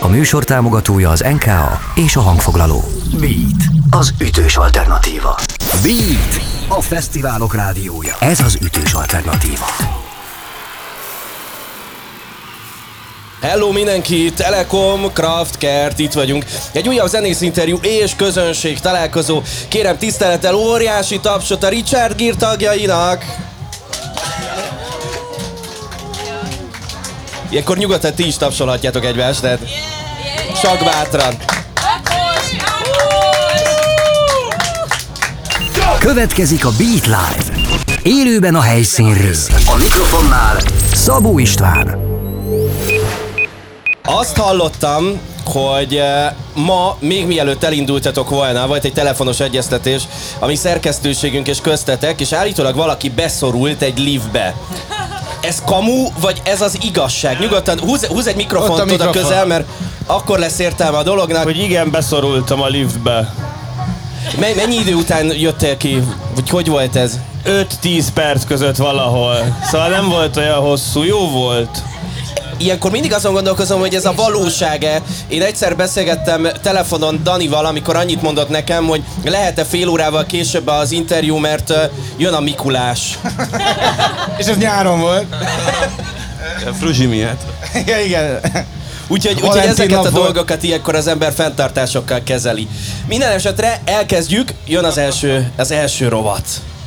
A műsor támogatója az NKA és a hangfoglaló. Beat, az ütős alternatíva. Beat, a fesztiválok rádiója. Ez az ütős alternatíva. Hello mindenki, Telekom, Kraft, Kert, itt vagyunk. Egy újabb zenész-interjú és közönség találkozó. Kérem tisztelettel óriási tapsot a Richard Gere tagjainak. Ilyenkor nyugodtan ti is tapsolhatjátok egymást, tehát csak bátran. Következik a Beat Live. Élőben a helyszínről. A mikrofonnál Szabó István. Azt hallottam, hogy ma, még mielőtt elindultatok volna, volt egy telefonos egyeztetés, ami szerkesztőségünk és köztetek, és állítólag valaki beszorult egy liftbe. Ez kamu, vagy ez az igazság? Nyugodtan húzz egy mikrofont oda közel, mert akkor lesz értelme a dolognak. Hogy igen, beszorultam a liftbe. Mennyi idő után jöttél ki? Vagy hogy volt ez? 5-10 perc között valahol. Szóval nem volt olyan hosszú, jó volt. Ilyenkor mindig azon gondolkozom, hogy ez a valóság-e. Én egyszer beszélgettem telefonon Danival, amikor annyit mondott nekem, hogy lehet-e fél órával később az interjú, mert jön a Mikulás. És ez nyáron volt. Fruzsi miatt. Ja, igen. Úgyhogy ezeket a dolgokat ilyenkor az ember fenntartásokkal kezeli. Minden esetre elkezdjük, jön az első rovat.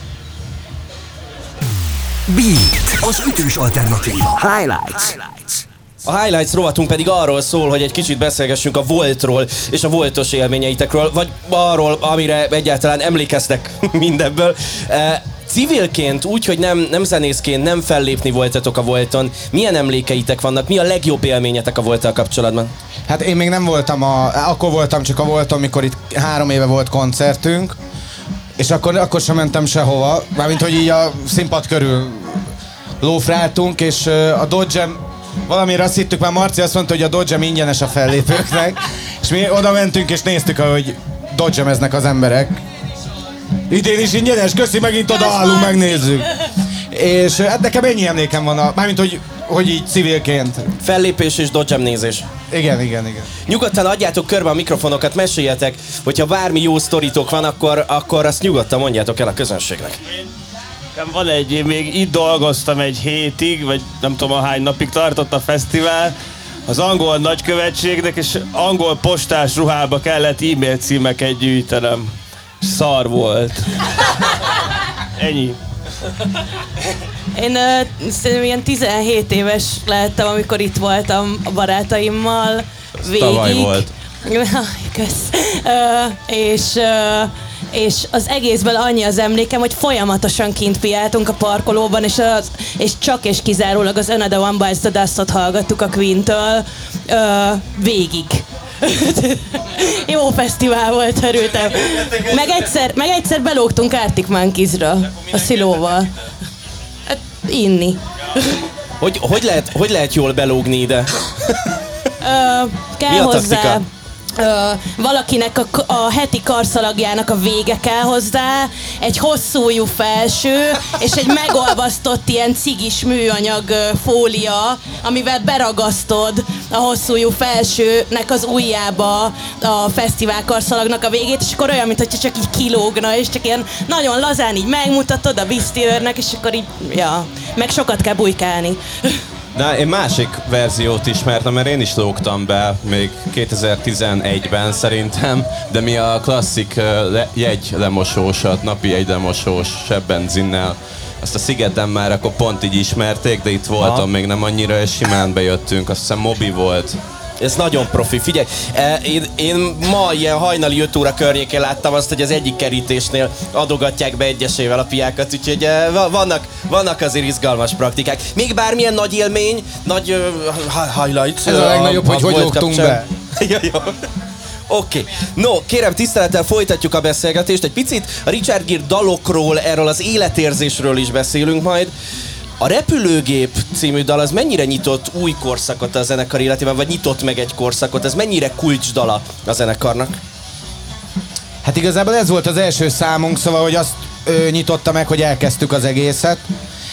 Beat, az ütős alternatíva. Highlights. A Highlights rovatunk pedig arról szól, hogy egy kicsit beszélgessünk a Voltról és a voltos élményeitekről, vagy arról, amire egyáltalán emlékeztek mindebből. Civilként, úgy, hogy nem zenészként, nem fellépni voltatok a Volton, milyen emlékeitek vannak, mi a legjobb élményetek a Volttal kapcsolatban? Hát én még nem voltam akkor voltam csak a Volton, mikor itt 3 éve volt koncertünk, és akkor sem mentem sehova, mármint hogy így a színpad körül lófráltunk, és a Dodgem, valamire azt hittük, már Marci azt mondta, hogy a Dodgem ingyenes a fellépőknek, és mi oda mentünk és néztük, ahogy Dodgemeznek az emberek. Idén is ingyenes, köszi, megint odaállunk, megnézzük. És hát nekem ennyi emlékem van, mármint hogy így civilként. Fellépés és Dodgem nézés. Igen. Nyugodtan adjátok körbe a mikrofonokat, meséljetek, hogyha bármi jó sztoritok van, akkor azt nyugodtan mondjátok el a közönségnek. Van én még itt dolgoztam egy hétig, vagy nem tudom ahány napig tartott a fesztivál, az angol nagykövetségnek, és angol postás ruhába kellett e-mail címeket gyűjtenem. Szar volt. Ennyi. Én ilyen 17 éves lehettem, amikor itt voltam a barátaimmal végig. Tavaly volt. Kösz. És az egészben annyi az emlékem, hogy folyamatosan kint piáltunk a parkolóban, és csak és kizárólag az Another One Bites the Dust-ot hallgattuk a Queen-től végig. Jó fesztivál volt, örültem. Meg egyszer belógtunk Arctic Monkeysra a Szilóval. Hát, inni. Hogy lehet jól belógni ide? Kell mi a hozzá. taktika? Valakinek a heti karszalagjának a vége kell hozzá, egy hosszújú felső, és egy megolvasztott ilyen cigis műanyag fólia, amivel beragasztod a hosszújú felsőnek az ujjába a fesztivál karszalagnak a végét, és akkor olyan, mintha csak így kilógna, és csak ilyen nagyon lazán így megmutatod a biztiőrnek, és akkor így, ja, meg sokat kell bujkálni. De én másik verziót ismertem, mert én is lógtam be még 2011-ben szerintem, de mi a klasszik jegylemosósat, napi jegylemosós sebbenzinnel, azt a Szigeten már akkor pont így ismerték, de itt voltam még nem annyira, és simán bejöttünk, azt hiszem Mobi volt. Ez nagyon profi. Figyelj, én ma ilyen hajnali 5 óra környékén láttam azt, hogy az egyik kerítésnél adogatják be egyesével a piákat, úgyhogy vannak azért izgalmas praktikák. Még bármilyen nagy élmény, nagy highlights. Ez a legnagyobb, hogy lógtunk be. Jó. Oké. No, kérem, tisztelettel folytatjuk a beszélgetést. Egy picit a Richard Gere dalokról, erről az életérzésről is beszélünk majd. A Repülőgép című dal az mennyire nyitott új korszakot a zenekar életében, vagy nyitott meg egy korszakot? Ez mennyire kulcsdala a zenekarnak? Hát igazából ez volt az első számunk, szóval hogy azt nyitotta meg, hogy elkezdtük az egészet.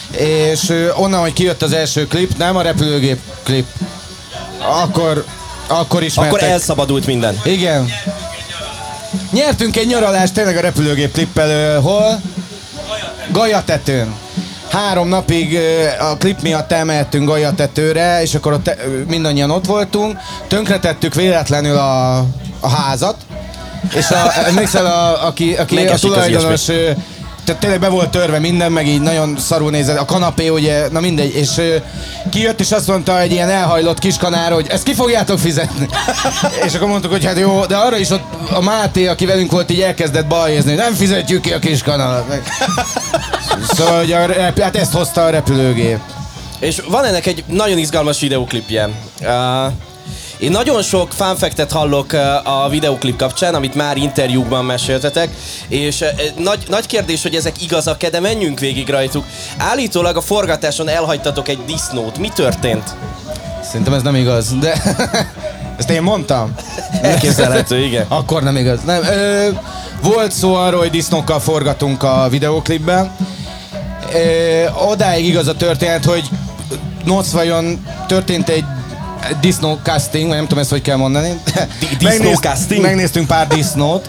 És onnan, hogy kijött az első klip, nem a Repülőgép klip, Akkor ismertek. Akkor elszabadult minden. Igen. Nyertünk egy nyaralást tényleg a repülőgép klippel, hol? Galyatetőn. 3 napig a klip miatt elmehettünk Galyatetőre, és akkor ott mindannyian ott voltunk. Tönkretettük véletlenül a házat, és emlékszel, aki a tulajdonos, tehát tényleg be volt törve minden, meg így nagyon szarul nézett, a kanapé ugye, na mindegy, és kijött és azt mondta egy ilyen elhajlott kiskanár, hogy ezt ki fogjátok fizetni. És akkor mondtuk, hogy hát jó, de arra is ott a Máté, aki velünk volt, így elkezdett balhézni, hogy nem fizetjük ki a kiskanalat. Szóval hogy hát ezt hozta a repülőgép. És van ennek egy nagyon izgalmas videóklipje. Én nagyon sok funfactet hallok a videóklip kapcsán, amit már interjúkban meséltetek, és nagy kérdés, hogy ezek igazak-e, de menjünk végig rajtuk. Állítólag a forgatáson elhagytatok egy disznót. Mi történt? Szerintem ez nem igaz, de ezt én mondtam. Elképzelhető, igen. Akkor nem igaz. Nem, volt szó arról, hogy disznókkal forgatunk a videóklipben. Odáig igaz a történet, hogy Nocvajon történt egy disznó casting, vagy nem tudom ezt hogy kell mondani. Disznó casting? Megnéztünk pár disznót.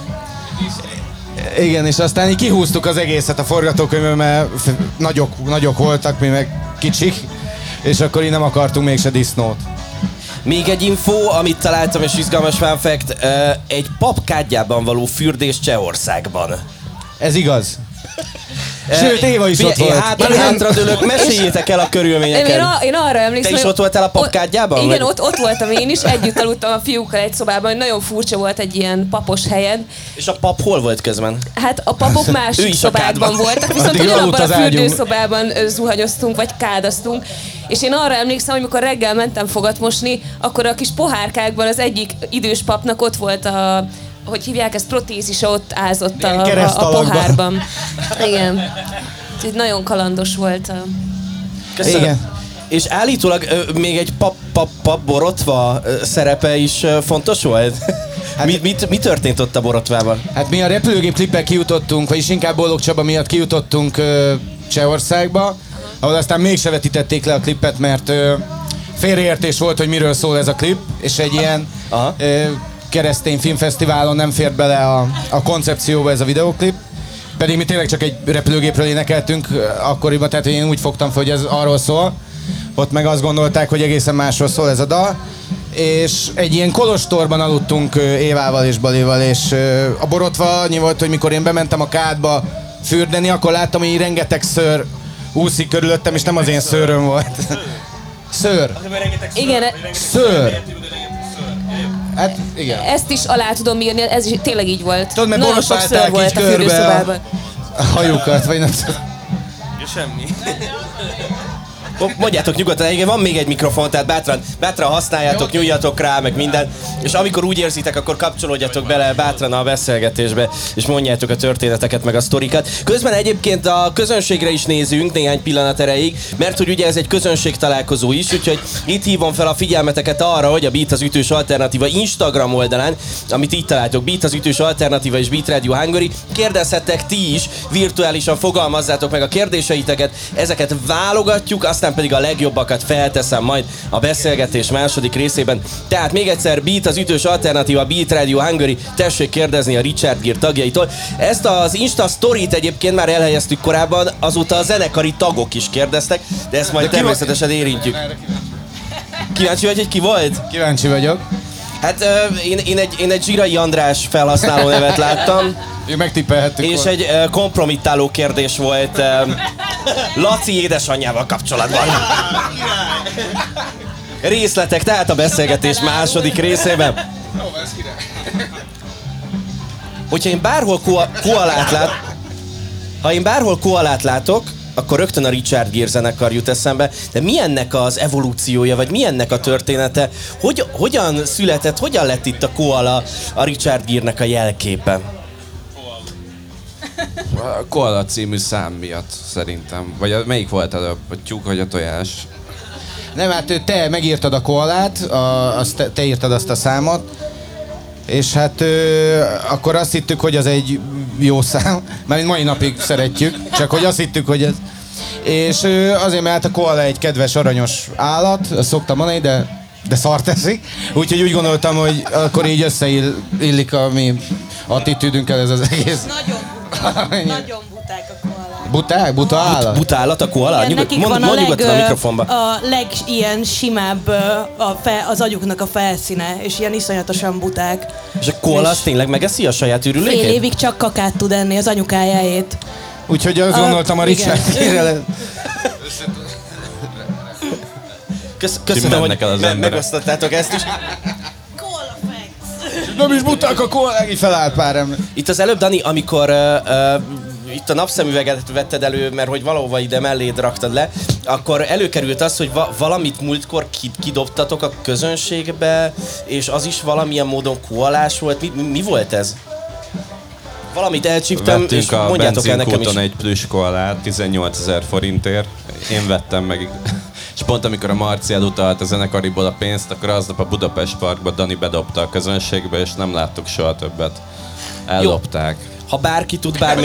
Igen, és aztán így kihúztuk az egészet a forgatókönyvből, mert nagyok voltak, mi meg kicsik, és akkor így nem akartunk mégse disznót. Még egy info, amit találtam, és izgalmas fun fact, egy pap kádjában való fürdés Csehországban. Ez igaz. Sőt, Éva is ott volt. Hátradőlök, meséljétek el a körülményeket. Én arra emlékszem, te is ott voltál a papkádjában? Igen, ott voltam én is, együtt aludtam a fiúkkal egy szobában, nagyon furcsa volt egy ilyen papos helyen. És a pap hol volt közben? Hát a papok másik szobákban voltak, viszont ugyanabban a fürdőszobában zuhanyoztunk, vagy kádaztunk. És én arra emlékszem, hogy amikor reggel mentem fogat mosni, akkor a kis pohárkákban az egyik idős papnak ott volt a, hogy hívják ezt, protézise, ott ázott a pohárban. Igen. Úgyhogy nagyon kalandos volt. Köszönöm. Igen. És állítólag még egy pap borotva szerepe is fontos volt? Hát, mi történt ott a borotvában? Hát mi a repülőgép klippel kijutottunk, vagyis inkább Boldog Csaba miatt kijutottunk Csehországba, ahol aztán mégse vetítették le a klippet, mert félreértés volt, hogy miről szól ez a klip, és egy ilyen keresztény filmfesztiválon nem fért bele a koncepcióba ez a videóklip. Pedig mi tényleg csak egy repülőgépről énekeltünk akkoriban, tehát én úgy fogtam fel, hogy ez arról szól. Ott meg azt gondolták, hogy egészen másról szól ez a dal. És egy ilyen kolostorban aludtunk Évával és Balival, és a borotva annyi volt, hogy mikor én bementem a kádba fürdeni, akkor láttam, hogy rengeteg szőr úszik körülöttem, és nem az én szőröm volt. Szőr. Igen. Szőr. Hát igen. Ezt is alá tudom írni, ez is tényleg így volt. Tudod, mert nagyon sok szőr volt a fürdőszobában. A hajukat, vagy nem tudom. Semmi. Mondjátok nyugodtan, igen, van még egy mikrofon, tehát bátran használjátok, nyújjatok rá, meg minden. És amikor úgy érzitek, akkor kapcsolódjatok bele bátran a beszélgetésbe, és mondjátok a történeteket, meg a sztorikat. Közben egyébként a közönségre is nézünk néhány pillanat erejéig, mert hogy ugye ez egy közönség találkozó is, úgyhogy itt hívom fel a figyelmeteket arra, hogy a Beat az ütős alternatíva Instagram oldalán, amit így találtok, Beat az ütős alternatíva és Beat Radio Hungary, kérdezhettek ti is, virtuálisan fogalmazzátok meg a kérdéseiteket, ezeket válogatjuk, aztán pedig a legjobbakat felteszem majd a beszélgetés második részében. Tehát még egyszer, Beat az ütős alternatíva, Beat Radio Hungary, tessék kérdezni a Richard Gere tagjaitól. Ezt az Insta Storyt egyébként már elhelyeztük korábban, azóta a zenekari tagok is kérdeztek, de ezt majd természetesen érintjük. Kíváncsi vagy, hogy ki volt? Kíváncsi vagyok. Hát én egy Zsirai András felhasználó nevet láttam. Megtippelhettük. És egy kompromittáló kérdés volt Laci édesanyjával kapcsolatban. Részletek, tehát a beszélgetés második részében. Hogyha én bárhol koalát látok, akkor rögtön a Richard Gere zenekar jut eszembe, de milyennek az evolúciója, vagy milyennek a története? Hogyan született, hogyan lett itt a koala a Richard Gere-nek a jelképe? A Koala című szám miatt szerintem. Vagy melyik volt előbb? A tyúk vagy a tojás? Nem, hát te megírtad a koalát, te írtad azt a számot, és hát akkor azt hittük, hogy az egy jó szám, mert mai napig szeretjük, csak hogy azt hittük, hogy ez... És azért, mert a koala egy kedves, aranyos állat, azt szoktam mondani, de de szart eszik. Úgyhogy úgy gondoltam, hogy akkor így összeillik a mi attitűdünkkel ez az egész. Nagyon buták a koalák. Buták? Buta állat? Buta állat a koala? Igen, nekik Mondd van nyugodtan a mikrofonba. a legilyen simább az agyuknak a felszíne, és ilyen iszonyatosan buták. És a koala az tényleg megeszi a saját ürülékét? Fél évig csak kakát tud enni az anyukájáét. Úgyhogy azt gondoltam a Richard Köszönöm, hogy megosztottátok ezt is. Nem is buták a koalák, így felállt pár ember. Itt az előbb, Dani, amikor itt a napszemüveget vetted elő, mert hogy valahova ide melléd raktad le, akkor előkerült az, hogy valamit múltkor kidobtatok a közönségbe, és az is valamilyen módon koalás volt. Mi volt ez? Valamit elcsíptem, és mondjátok el nekem is. Vettünk a egy plüss koalát 18 000 forintért. Én vettem meg. És pont amikor a Marci elutalt a zenekariból a pénzt, akkor aznap a Budapest Parkba Dani bedobta a közönségbe, és nem láttuk soha többet. Ellopták. Ha bárki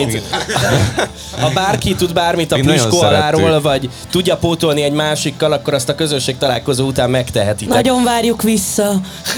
tud bármit a plüss koaláról, vagy tudja pótolni egy másikkal, akkor azt a közönség találkozó után megtehetitek. Nagyon várjuk vissza.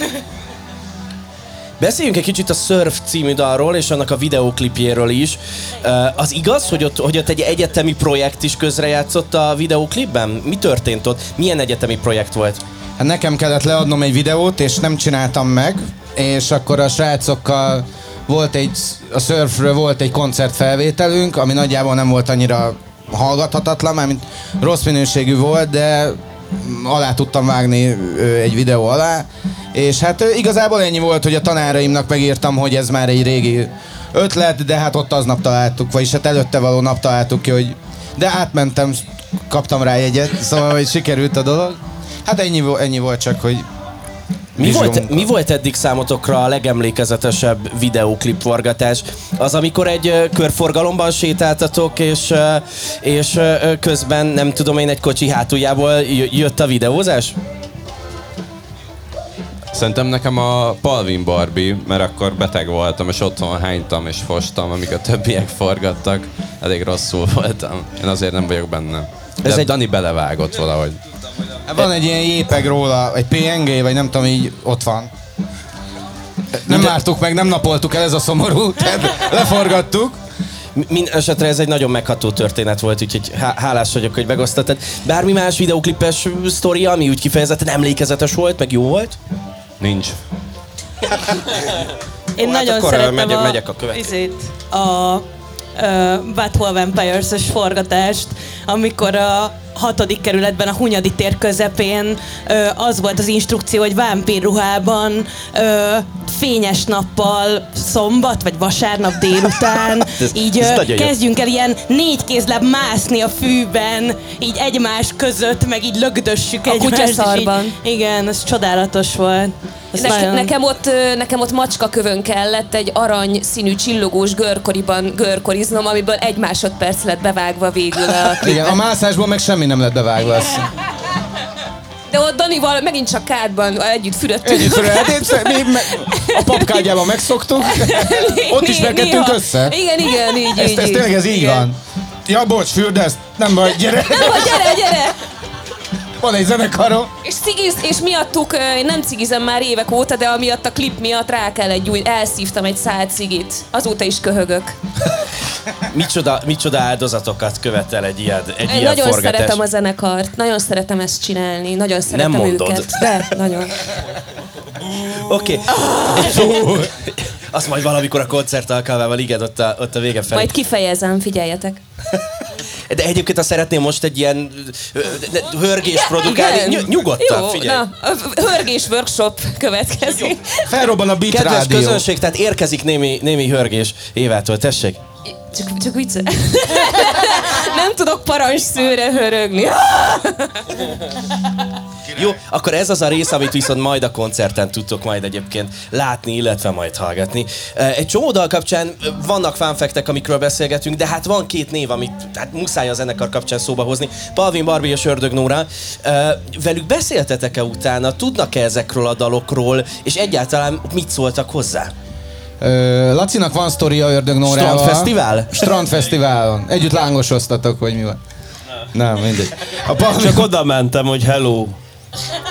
Beszéljünk egy kicsit a Surf című dalról, és annak a videóklipjéről is. Az igaz, hogy ott egy egyetemi projekt is közrejátszott a videóklipben? Mi történt ott? Milyen egyetemi projekt volt? Hát nekem kellett leadnom egy videót, és nem csináltam meg, és akkor a srácokkal a Surfről volt egy koncertfelvételünk, ami nagyjából nem volt annyira hallgathatatlan, mármint rossz minőségű volt, de alá tudtam vágni egy videó alá, és hát igazából ennyi volt, hogy a tanáraimnak megírtam, hogy ez már egy régi ötlet, de hát ott aznap találtuk, vagyis hát előtte való nap találtuk ki, hogy de átmentem, kaptam rá jegyet, szóval hogy sikerült a dolog. Hát ennyi volt csak, hogy mi volt eddig számotokra a legemlékezetesebb videóklip forgatás? Az, amikor egy körforgalomban sétáltatok, és közben, nem tudom én, egy kocsi hátuljából jött a videózás? Szerintem nekem a Palvin Barbie, mert akkor beteg voltam, és otthon hánytam és fostam, amíg a többiek forgattak. Elég rosszul voltam. Én azért nem vagyok benne. De Dani belevágott valahogy. Van egy ilyen jépeg róla, egy PNG, vagy nem tudom, így ott van. Nem vártuk meg, nem napoltuk el, ez a szomorú, tehát leforgattuk. Esetre ez egy nagyon megható történet volt, úgyhogy hálás vagyok, hogy megosztottad. Bármi más videóklipes sztori, ami úgy kifejezetten emlékezetes volt, meg jó volt? Nincs. Én nagyon szeretem megyek a következő. a Butthole Vampires-ös forgatást, amikor a 6. kerületben a Hunyadi tér közepén az volt az instrukció, hogy vámpírruhában fényes nappal szombat vagy vasárnap délután így kezdjünk el ilyen 4 kézláb mászni a fűben, így egymás között, meg így lögdössük egymást. A kutyaszarban. Igen, ez csodálatos volt. Nekem ott macskakövön kellett egy arany színű csillogós görkoriban görkoriznom, amiből 1 másodperc lett bevágva végül a klipben. Igen, a mászásból meg semmi nem lett bevágva. De ott Danival megint csak kádban együtt fürödtünk. A papkádjában megszoktuk, ott is megkettünk össze. Igen, így. Ez tényleg ez így van. Ja, bocs, fürdesz, nem baj, gyere. Nem baj, gyere. Van egy zenekarom. És miattuk, én nem cigizem már évek óta, de amiatt a klip miatt rá kell elszívtam egy szál cigit. Azóta is köhögök. Micsoda áldozatokat követel egy ilyen nagyon forgatás. Szeretem a zenekart, nagyon szeretem ezt csinálni, nagyon szeretem nem őket. De, nagyon. Oké. Azt majd valamikor a koncert alkalmával, igen, ott a vége felé. Majd kifejezem, figyeljetek. De egyébként, ha szeretném most egy ilyen hörgés produkálni, nyugodtan, figyelj. Na, a hörgés workshop következik. Felrobban a Beat Kedves Rádió. közönség, tehát érkezik némi hörgés Évától, tessék. Csak vicce. Nem tudok parancsszőre hörögni. Jó, akkor ez az a rész, amit viszont majd a koncerten tudtok majd egyébként látni, illetve majd hallgatni. Egy csomó dal kapcsán vannak fanfektek, amikről beszélgetünk, de hát van 2 név, amit hát muszáj a zenekar kapcsán szóba hozni. Palvin Barbie és Ördög Nóra. Velük beszéltetek-e utána? Tudnak-e ezekről a dalokról? És egyáltalán mit szóltak hozzá? Lacinak van sztoria Ördög Nórával. Strandfesztivál? Strandfesztiválon. Együtt lángosoztatok, vagy mi van? Nem, mindegy. Csak oda mentem, hogy hello.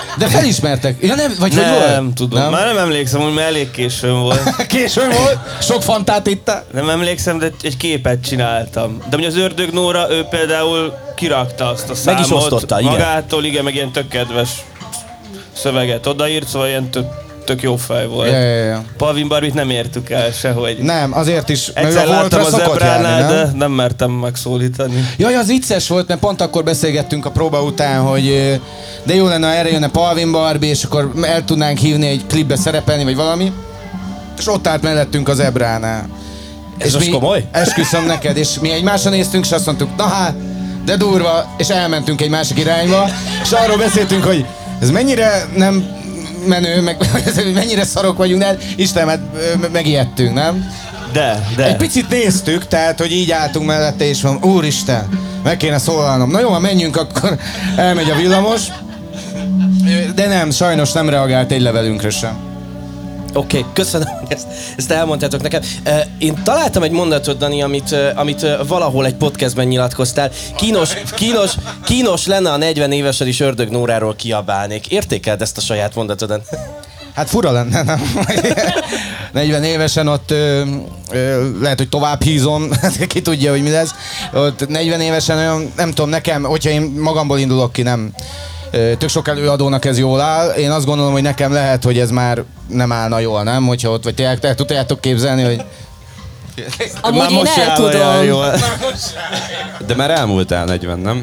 De felismertek. Ja, nem, vagy hogy volt? Nem tudom, nem? Már nem emlékszem, hogy már elég későn volt. Későn volt? Sok fantát ittál? Nem emlékszem, de egy képet csináltam. De ugye az Ördög Nóra, ő például kirakta azt a számot. Meg is osztotta, igen. Magától, igen, meg ilyen tök kedves szöveget odaírt, szóval ilyen tök jó fej volt. Ja. Pavin Barbit nem értük el sehogy. Nem, azért is. Egyszer láttam a Zebránál, de nem mertem megszólítani. Jaj, az vicces volt, mert pont akkor beszélgettünk a próba után, hogy de jó lenne, ha erre jönne Pavin Barbie, és akkor el tudnánk hívni egy klipbe szerepelni, vagy valami. És ott állt mellettünk a Zebránál. Ez most komoly? Esküszöm neked, és mi egymásra néztünk, és azt mondtuk, na hát, de durva, és elmentünk egy másik irányba, és arról beszéltünk, hogy ez mennyire nem menő, meg mennyire szarok vagyunk, de Istenem, megijedtünk, nem? De. Egy picit néztük, tehát, hogy így álltunk mellette, és van, úristen, meg kéne szólalnom. Na jó, ha menjünk, akkor elmegy a villamos. De nem, sajnos nem reagált egy levelünkre sem. Oké, köszönöm, ezt elmondtátok nekem. Én találtam egy mondatot, Dani, amit valahol egy podcastben nyilatkoztál. Kínos lenne a 40 évesed is Ördög Nóráról kiabálnék. Értékeld ezt a saját mondatodat? Hát fura lenne, nem? 40 évesen ott lehet, hogy tovább hízom, ki tudja, hogy mi lesz. Ott 40 évesen olyan, nem tudom, nekem, hogyha én magamból indulok ki, nem. Tök sok előadónak ez jól áll. Én azt gondolom, hogy nekem lehet, hogy ez már nem állna jól, nem? Hogyha ott vagy tényleg tudjátok képzelni, hogy... Amúgy én el tudom. Jól. De már elmúltál 40, nem?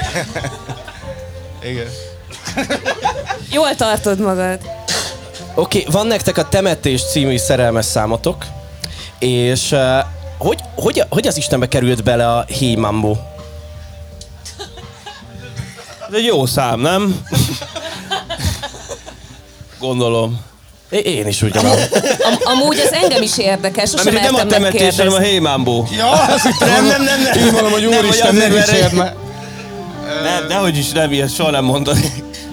Igen. Jól tartod magad. Oké, van nektek a Temetés című szerelmes számotok, és hogy az Istenbe került bele a Hey Mambo? Ez egy jó szám, nem? Gondolom. Én is úgy gondolom. Amúgy ez engem is érdekel, sosem Nem a mertem Temetés, hanem a megkérdezni. Hey Mambo. Ja, azt hittem, nem. Így mondom, hogy úristen, ne vicsérd már. Nem, dehogy is nem, ilyet soha nem mondani.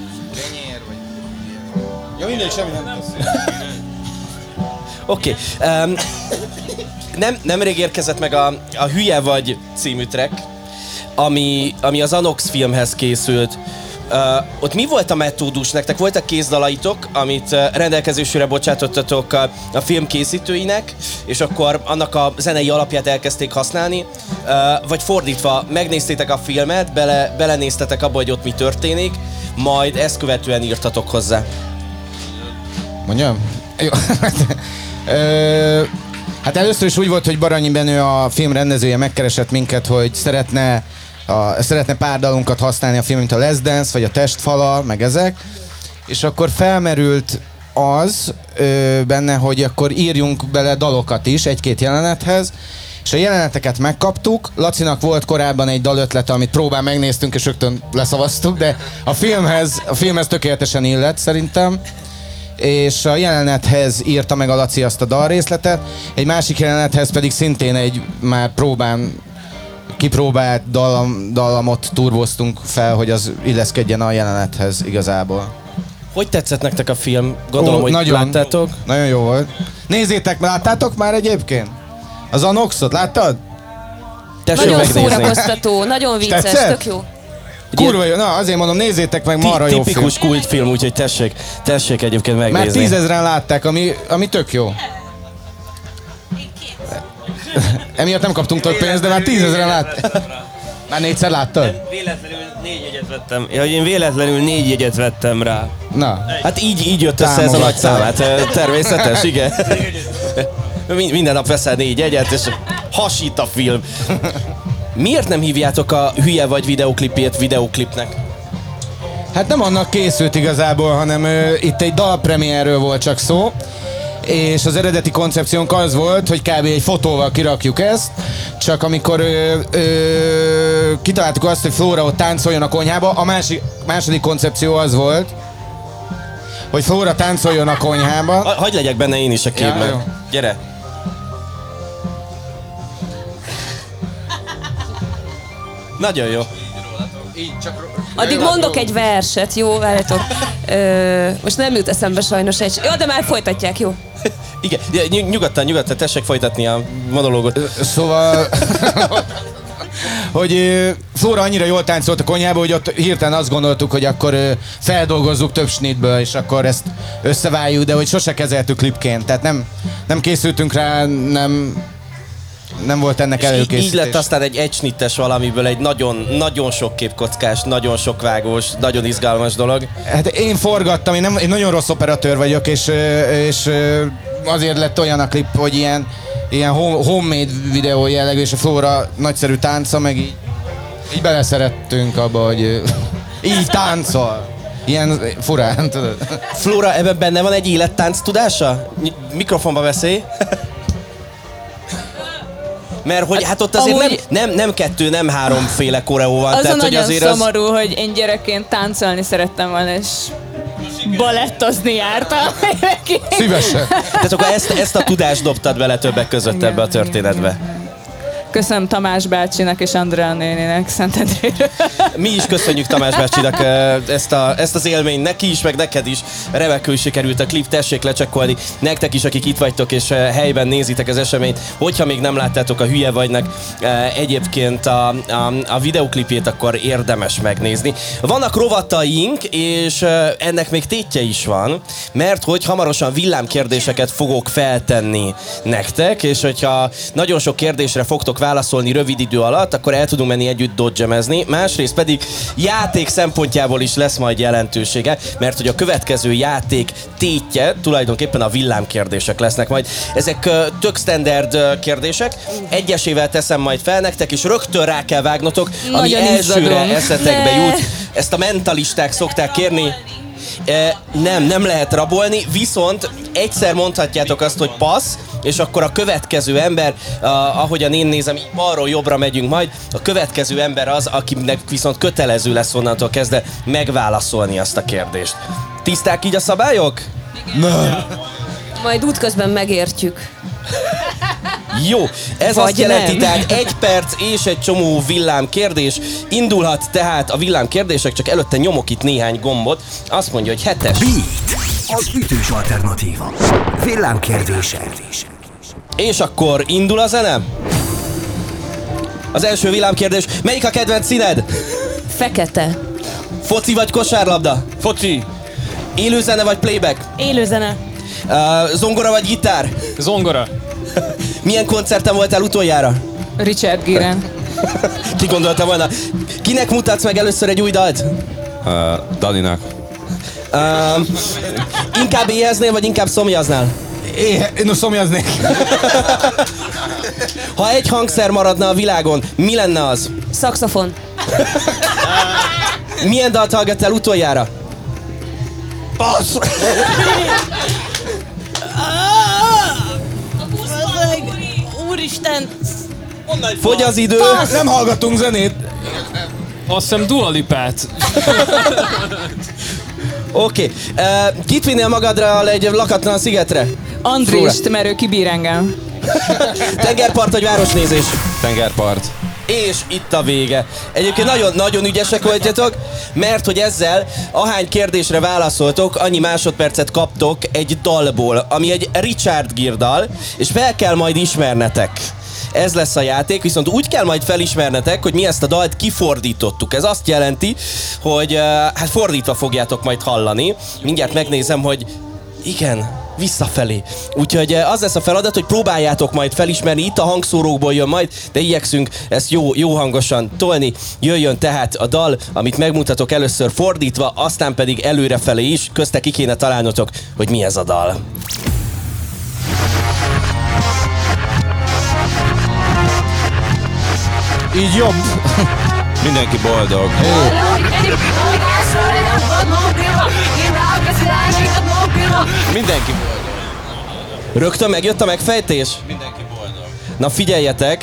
Ja, mindegy, semmi nem. Oké. Nemrég érkezett meg a Hülye vagy című track, ami az Anox filmhez készült. Ott mi volt a metódus nektek? Voltak kézdalaitok, amit rendelkezésre bocsátottatok a film készítőinek, és akkor annak a zenei alapját elkezdték használni, vagy fordítva, megnéztétek a filmet, belenéztetek abba, hogy ott mi történik, majd ezt követően írtatok hozzá. Mondjam? Jó. Hát először is úgy volt, hogy Baranyi Benő, a film rendezője megkeresett minket, hogy szeretne pár dalunkat használni a film, mint a Let's Dance, vagy a Testfala, meg ezek. És akkor felmerült az benne, hogy akkor írjunk bele dalokat is egy-két jelenethez, és a jeleneteket megkaptuk. Lacinak volt korábban egy dalötlete, amit próbán megnéztünk, és rögtön leszavaztuk, de a filmhez tökéletesen illett szerintem. És a jelenethez írta meg a Laci azt a dalrészletet, egy másik jelenethez pedig szintén egy már kipróbált dallamot turboztunk fel, hogy az illeszkedjen a jelenethez igazából. Hogy tetszett nektek a film? Gondolom, hogy nagyon, láttátok. Nagyon jó volt. Nézzétek, láttátok már egyébként? Az Anoxot, láttad? Tessék Nagyon megnézni. szórakoztató, nagyon vicces, Tetszett? tök jó. Kurva jó, na azért mondom, nézzétek meg, marha jó film. Tipikus kultfilm, úgyhogy tessék egyébként Már megnézni. 10 000-en látták, ami tök jó. Emiatt nem kaptunk több pénzt, de már 10 000-en látták. Már 4-szer láttad? Véletlenül 4 jegyet vettem. Ja, hogy én véletlenül 4 jegyet vettem rá. Na. Hát így jött össze ez a nagy szám, hát természetes, igen. Minden nap veszel 4 jegyet, és hasít a film. Miért nem hívjátok a Hülye vagy videoklipét videoklipnek? Hát nem annak készült igazából, hanem itt egy dalpremierről volt csak szó, és az eredeti koncepciónk az volt, hogy kb. Egy fotóval kirakjuk ezt, csak amikor kitaláltuk azt, hogy Flóra ott táncoljon a konyhába, a második koncepció az volt, hogy Flóra táncoljon a konyhába. Hagy legyek benne én is a képben. Ja, gyere. Nagyon jó. Addig mondok egy verset, jó? Várjatok. Most nem jut eszembe sajnos egy... Jó, de már folytatják, jó? Igen, nyugodtan, tessék folytatni a monológot. Szóval... hogy Flóra annyira jól táncolt a konyhába, hogy ott hirtelen azt gondoltuk, hogy akkor feldolgozzuk több snitből, és akkor ezt összevágjuk, de hogy sose kezeltük klipként. Tehát nem készültünk rá, nem volt ennek előkészítés. Így lett aztán egy egysnittes valamiből egy nagyon, nagyon sok képkockás, nagyon sok vágós, nagyon izgalmas dolog. Hát én forgattam, én nagyon rossz operatőr vagyok, és azért lett olyan a klip, hogy ilyen homemade videó jellegű, és a Flóra nagyszerű tánca, meg így beleszerettünk abba, hogy így táncol. Ilyen furán, tudod. Flóra, ebben benne van egy élettánc tudása? Mikrofonba beszélj. Mert hogy hát ott azért nem kettő, nem háromféle koreó van. Az tehát, a nagyon azért szomorú, hogy én gyerekként táncolni szerettem volna, és balettozni jártam. Szívesen. Tehát akkor ezt a tudást dobtad bele többek között ebbe a történetbe. Köszönöm Tamás bácsinak és Andrea néninek Szentendréről. Mi is köszönjük Tamás bácsinak ezt az élményt, neki is, meg neked is. Remekül sikerült a klip, tessék lecsekkolni. Nektek is, akik itt vagytok és helyben nézitek az eseményt, hogyha még nem láttátok a Hülye Vagynak egyébként a videoklipjét, akkor érdemes megnézni. Vannak rovataink, és ennek még tétje is van, mert hogy hamarosan villámkérdéseket fogok feltenni nektek, és hogyha nagyon sok kérdésre fogtok válaszolni rövid idő alatt, akkor el tudunk menni együtt dodgemezni. Másrészt pedig játék szempontjából is lesz majd jelentősége, mert hogy a következő játék tétje tulajdonképpen a villámkérdések lesznek majd. Ezek tök standard kérdések, egyesével teszem majd fel nektek, és rögtön rá kell vágnotok, ami nagyon elsőre izzadom. eszetekbe jut. Ezt a mentalisták szokták kérni. Nem lehet rabolni, viszont egyszer mondhatjátok azt, hogy passz, és akkor a következő ember, ahogyan én nézem, így balról jobbra megyünk majd, a következő ember az, akinek viszont kötelező lesz onnantól kezdve megválaszolni azt a kérdést. Tiszták így a szabályok? Majd útközben megértjük. Jó, ez Vagy azt jelenti, nem. tehát 1 perc és egy csomó villámkérdés. Indulhat tehát a villámkérdések, csak előtte nyomok itt néhány gombot. Azt mondja, hogy 7-es. Beat, az ütős alternatíva. Villámkérdések. És akkor indul a zene? Az első villámkérdés. Melyik a kedvenc színed? Fekete. Foci vagy kosárlabda? Foci. Élőzene vagy playback? Élőzene. Zongora vagy gitár? Zongora. Milyen koncerten voltál utoljára? Richard Gere. Ki gondolta volna? Kinek mutatsz meg először egy új dalt? Daninak. Inkább éheznél, vagy inkább szomjaznál? Én szomjaznék. Ha egy hangszer maradna a világon, mi lenne az? Szaxofon. Milyen dalt hallgattál utoljára? Passz! Úristen! Fogy az idő. Nem hallgatunk zenét. Azt hiszem Dua Lipát. Oké. Kit vinnél magadra egy lakatlan szigetre? Andrést, mert ő kibír engem. Tengerpart vagy városnézés? Tengerpart. És itt a vége. Egyébként nagyon ügyesek voltatok, mert hogy ezzel ahány kérdésre válaszoltok, annyi másodpercet kaptok egy dalból, ami egy Richard Gere dal, és fel kell majd ismernetek. Ez lesz a játék, viszont úgy kell majd felismernetek, hogy mi ezt a dalt kifordítottuk. Ez azt jelenti, hogy hát fordítva fogjátok majd hallani. Mindjárt megnézem, hogy igen, visszafelé. Úgyhogy az lesz a feladat, hogy próbáljátok majd felismerni, itt a hangszórókból jön majd, de igyekszünk ezt jó hangosan tolni. Jöjjön tehát a dal, amit megmutatok először fordítva, aztán pedig előrefelé is. Közte ki kéne találnotok, hogy mi ez a dal. Így jobb. Mindenki boldog. Mindenki boldog. Rögtön megjött a megfejtés? Mindenki boldog. Na figyeljetek!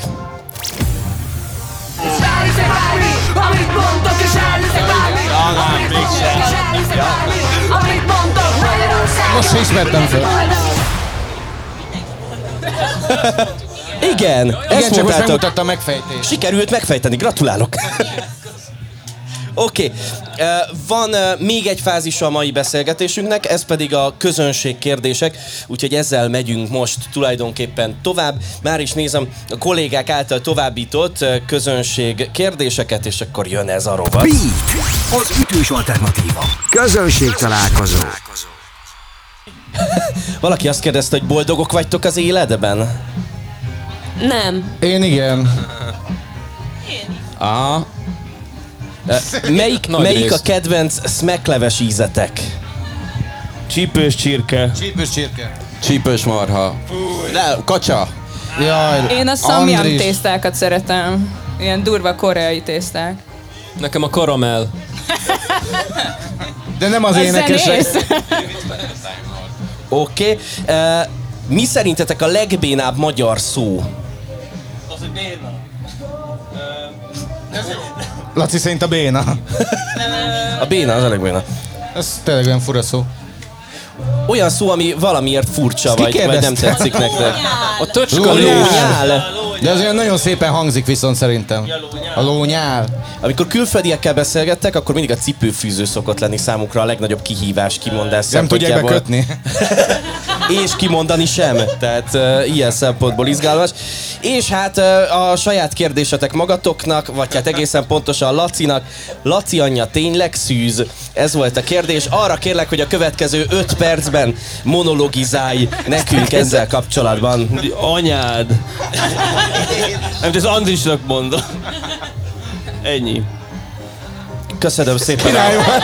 Most se ismertem fel. Igen, Igen, ezt csak most mondtátok. megmutatta a megfejtést. Sikerült megfejteni, gratulálok! Oké. Van még egy fázisa a mai beszélgetésünknek, ez pedig a közönség kérdések, úgyhogy ezzel megyünk most tulajdonképpen tovább. Már is nézem a kollégák által továbbított közönség kérdéseket, és akkor jön ez a rovat. Beat, az ütős alternatíva. Közönség találkozó. Valaki azt kérdezte, hogy boldogok vagytok az életben? Nem. Én igen. Aha. Melyik a kedvenc smekleves ízetek? Csípős csirke. Csípős csirke. Csípős marha. Kacsa. Jaj, Én a szamjam Andris. tésztákat szeretem. Ilyen durva koreai tészták. Nekem a karamell. De nem az énekesek. Oké. Mi szerintetek a legbénább magyar szó? Laci szerint a béna. A béna az a legbéna. Ez tényleg olyan fura szó. Olyan szó, ami valamiért furcsa, Ezt ki vagy nem kérdezte? tetszik nektek. A töcska Lónyál. De az olyan nagyon szépen hangzik viszont szerintem. A lónyál. Amikor külföldiekkel beszélgettek, akkor mindig a cipőfűző szokott lenni számukra a legnagyobb kihívás kimondás Nem tudják szempontjából. bekötni. És kimondani sem. Tehát ilyen szempontból izgalmas. És hát a saját kérdésetek magatoknak, vagy hát egészen pontosan Lacinak. Laci anyja tényleg szűz? Ez volt a kérdés. Arra kérlek, hogy a következő 5 percben monologizálj nekünk ezzel kapcsolatban. Anyád. Nem, ez Andrisnak mondom. Ennyi. Köszönöm szépen.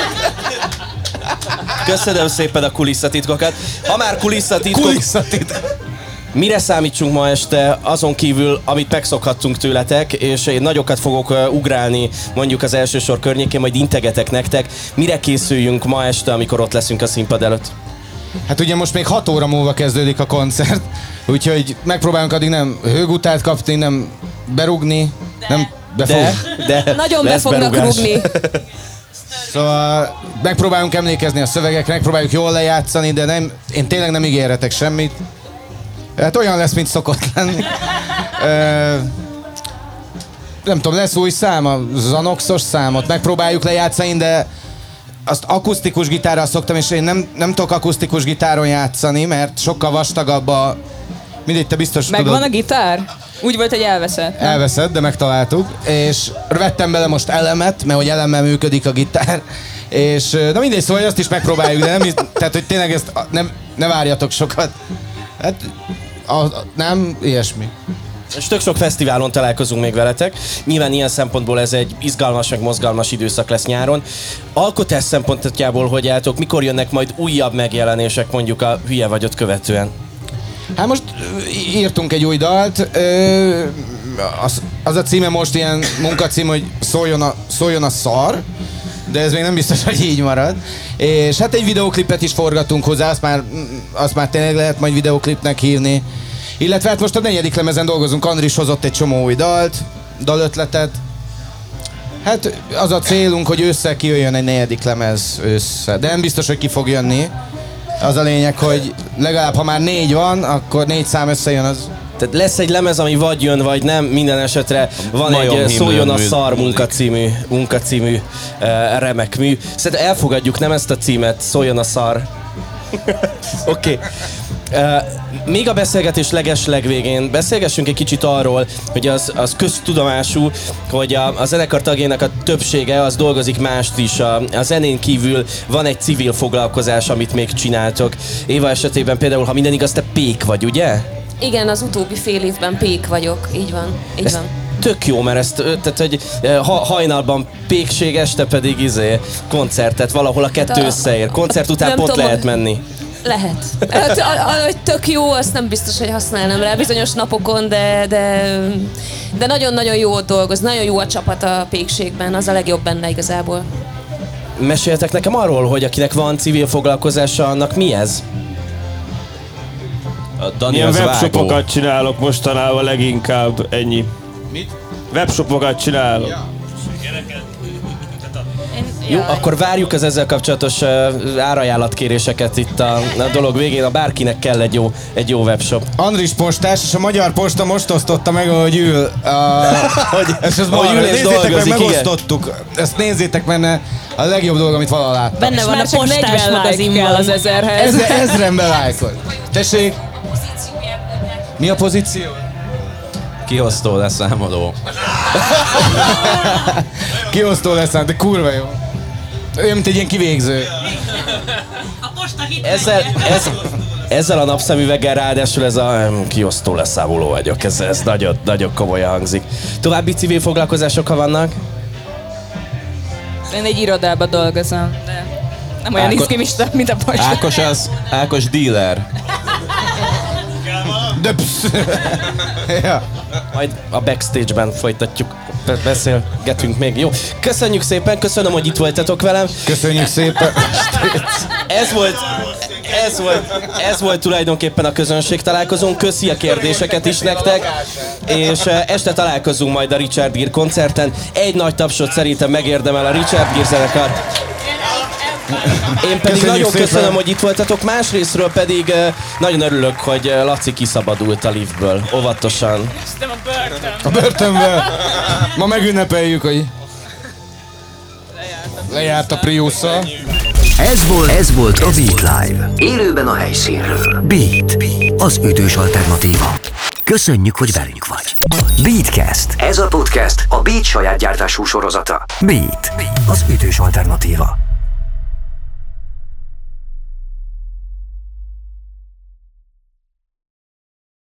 Köszönöm szépen a kulisszatitkokat. Ha már kulisszatitkok, mire számítsunk ma este, azon kívül, amit megszokhattunk tőletek, és én nagyokat fogok ugrálni mondjuk az első sor környékén, majd integetek nektek. Mire készüljünk ma este, amikor ott leszünk a színpad előtt? Hát ugye most még 6 óra múlva kezdődik a koncert, úgyhogy megpróbálunk addig nem hőgutát kapni, nem berugni, nem De Nagyon be lesz fognak berugás. rúgni. Szóval megpróbálunk emlékezni a szövegekre, megpróbáljuk jól lejátszani, de nem, én tényleg nem ígérhetek semmit. Hát olyan lesz, mint szokott lenni. Nem tudom, lesz új szám, a Zanoxos számot, megpróbáljuk lejátszani, de azt akusztikus gitárral szoktam, és én nem tudok akusztikus gitáron játszani, mert sokkal vastagabb a... Mindegy, te biztos Megvan tudod. a gitár? Úgy volt, hogy elveszett. Elveszett, de megtaláltuk, és vettem bele most elemet, mert hogy elemmel működik a gitár, és na mindegy, szóval azt is megpróbáljuk, de nem, tehát hogy tényleg ezt ne várjatok sokat. Hát, nem, ilyesmi. És tök sok fesztiválon találkozunk még veletek. Nyilván ilyen szempontból ez egy izgalmas, meg mozgalmas időszak lesz nyáron. Alkotás szempontjából hogy álltok, mikor jönnek majd újabb megjelenések mondjuk a Hülye vagyot követően? Hát most írtunk egy új dalt, az a címe most ilyen munkacím, hogy szóljon a szar, de ez még nem biztos, hogy így marad. És hát egy videóklipet is forgatunk hozzá, azt már tényleg lehet majd videóklipnek hívni. Illetve hát most a 4. lemezen dolgozunk, Andris hozott egy csomó új dalötletet. Hát az a célunk, hogy ősszel kijöjjön egy 4. lemez össze, de nem biztos, hogy ki fog jönni. Az a lényeg, hogy legalább ha már 4 van, akkor 4 szám összejön az. Tehát lesz egy lemez, ami vagy jön, vagy nem, minden esetre van egy Szóljon a szar munkacímű remek mű. Szerintem elfogadjuk, nem ezt a címet, Szóljon a szar. Oké. Még a beszélgetés legvégén beszélgessünk egy kicsit arról, hogy az köztudomású, hogy a zenekar tagjainak a többsége az dolgozik mást is. A zenén kívül van egy civil foglalkozás, amit még csináltok. Éva esetében például, ha minden igaz, te pék vagy, ugye? Igen, az utóbbi fél évben pék vagyok. Így van, így van. Tök jó, mert ezt, tehát, hogy hajnalban pékség, este pedig koncertet, valahol a kettő összeér. Koncert után pont lehet menni. Lehet. Hogy tök jó, azt nem biztos, hogy használnám rá bizonyos napokon, de nagyon-nagyon jó ott dolgoz, nagyon jó a csapat a pékségben, az a legjobb benne igazából. Meséltek nekem arról, hogy akinek van civil foglalkozása, annak mi ez? A Dani Ilyen az webshopokat vágó. csinálok mostanában leginkább, ennyi. Mit? Webshopokat csinálok. Ja. Jó, akkor várjuk az ezzel kapcsolatos árajánlatkéréseket itt a dolog végén. A bárkinek kell egy jó webshop. Andris postás, és a Magyar Posta most osztotta meg, ahogy ül. És ez ahogy ül és nézzétek meg, dolgozik, megosztottuk. Ezt nézzétek, mert a legjobb dolog, amit valaha láttam. Benne van a postás magazinban az 1000-hez. Ezren belájkol. Tessék? Mi a pozíció? Kiosztó leszámoló. Kiosztó leszámoló, de kurva jó. Olyan, mint egy ilyen kivégző. Ezzel a napszemüveggel ráadásul ez a kiosztó leszámoló vagyok. Ez nagyon komolyan hangzik. További civil foglalkozások, ha vannak? Én egy irodában dolgozom, de nem olyan iszkimista, mint a posta. Ákos dealer. De ja. Majd a backstage-ben folytatjuk, beszélgetünk még, jó? Köszönjük szépen, köszönöm, hogy itt voltatok velem. Köszönjük szépen. Ez volt tulajdonképpen a közönség találkozón. Köszi a kérdéseket is nektek. És este találkozunk majd a Richard Gere koncerten. Egy nagy tapsot szerintem megérdemel a Richard Gere zenekar. Én pedig nagyon köszönöm, hogy itt voltatok. Másrésztről pedig nagyon örülök, hogy Laci kiszabadult a liftből. Óvatosan. A börtönből. Ma megünnepeljük, hogy lejárt a Priusszal. Ez volt a Beat Live. Élőben a helyszínről. Beat, az ütős alternatíva. Köszönjük, hogy velünk vagy. Beatcast. Ez a podcast a Beat saját gyártású sorozata. Beat, az ütős alternatíva.